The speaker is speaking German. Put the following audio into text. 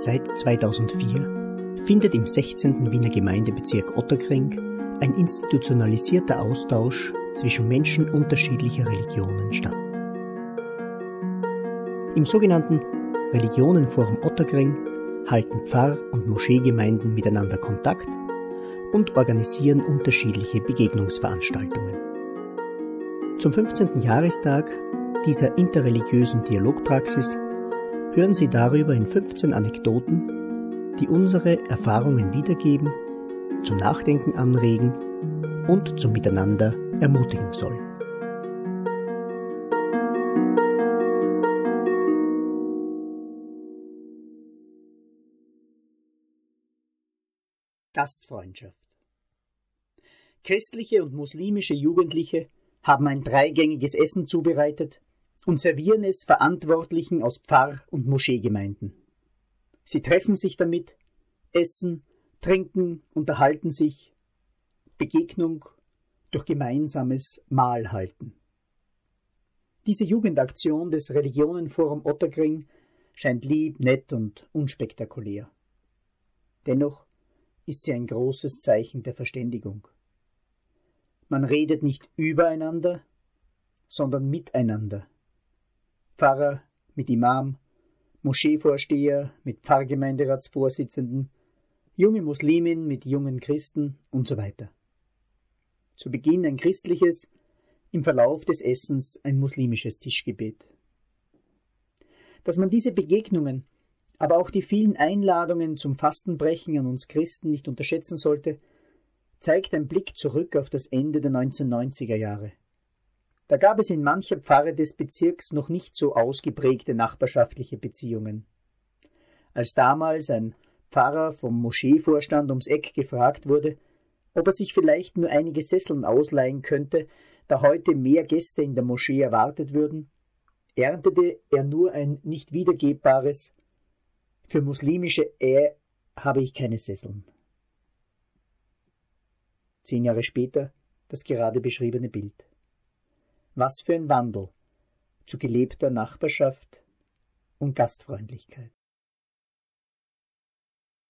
Seit 2004 findet im 16. Wiener Gemeindebezirk Ottakring ein institutionalisierter Austausch zwischen Menschen unterschiedlicher Religionen statt. Im sogenannten Religionenforum Ottakring halten Pfarr- und Moscheegemeinden miteinander Kontakt und organisieren unterschiedliche Begegnungsveranstaltungen. Zum 15. Jahrestag dieser interreligiösen Dialogpraxis hören Sie darüber in 15 Anekdoten, die unsere Erfahrungen wiedergeben, zum Nachdenken anregen und zum Miteinander ermutigen sollen. Gastfreundschaft. Christliche und muslimische Jugendliche haben ein dreigängiges Essen zubereitet und servieren es Verantwortlichen aus Pfarr- und Moscheegemeinden. Sie treffen sich damit, essen, trinken, unterhalten sich, Begegnung durch gemeinsames Mahl halten. Diese Jugendaktion des Religionenforum Ottakring scheint lieb, nett und unspektakulär. Dennoch ist sie ein großes Zeichen der Verständigung. Man redet nicht übereinander, sondern miteinander. Pfarrer mit Imam, Moscheevorsteher mit Pfarrgemeinderatsvorsitzenden, junge Muslimin mit jungen Christen und so weiter. Zu Beginn ein christliches, im Verlauf des Essens ein muslimisches Tischgebet. Dass man diese Begegnungen, aber auch die vielen Einladungen zum Fastenbrechen an uns Christen nicht unterschätzen sollte, zeigt ein Blick zurück auf das Ende der 1990er Jahre. Da gab es in mancher Pfarre des Bezirks noch nicht so ausgeprägte nachbarschaftliche Beziehungen. Als damals ein Pfarrer vom Moscheevorstand ums Eck gefragt wurde, ob er sich vielleicht nur einige Sesseln ausleihen könnte, da heute mehr Gäste in der Moschee erwartet würden, erntete er nur ein nicht wiedergebbares: Für muslimische Ehe habe ich keine Sesseln. 10 Jahre später das gerade beschriebene Bild. Was für ein Wandel zu gelebter Nachbarschaft und Gastfreundlichkeit.